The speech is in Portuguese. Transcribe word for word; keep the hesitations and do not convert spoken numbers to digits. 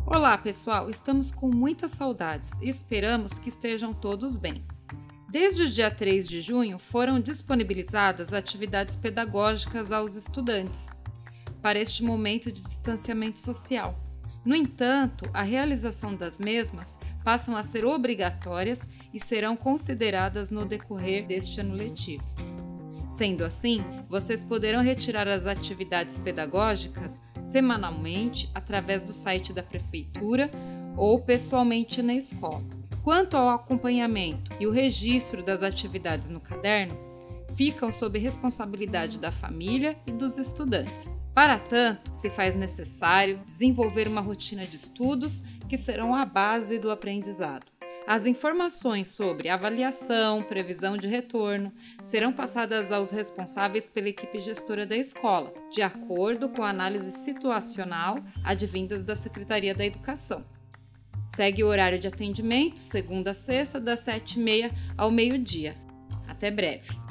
Olá, pessoal! Estamos com muitas saudades e esperamos que estejam todos bem. Desde o dia três de junho foram disponibilizadas atividades pedagógicas aos estudantes para este momento de distanciamento social. No entanto, a realização das mesmas passam a ser obrigatórias e serão consideradas no decorrer deste ano letivo. Sendo assim, vocês poderão retirar as atividades pedagógicas semanalmente através do site da Prefeitura ou pessoalmente na escola. Quanto ao acompanhamento e o registro das atividades no caderno, ficam sob responsabilidade da família e dos estudantes. Para tanto, se faz necessário desenvolver uma rotina de estudos que serão a base do aprendizado. As informações sobre avaliação, previsão de retorno, serão passadas aos responsáveis pela equipe gestora da escola, de acordo com a análise situacional advindas da Secretaria da Educação. Segue o horário de atendimento, segunda a sexta, das sete e meia ao meio-dia. Até breve!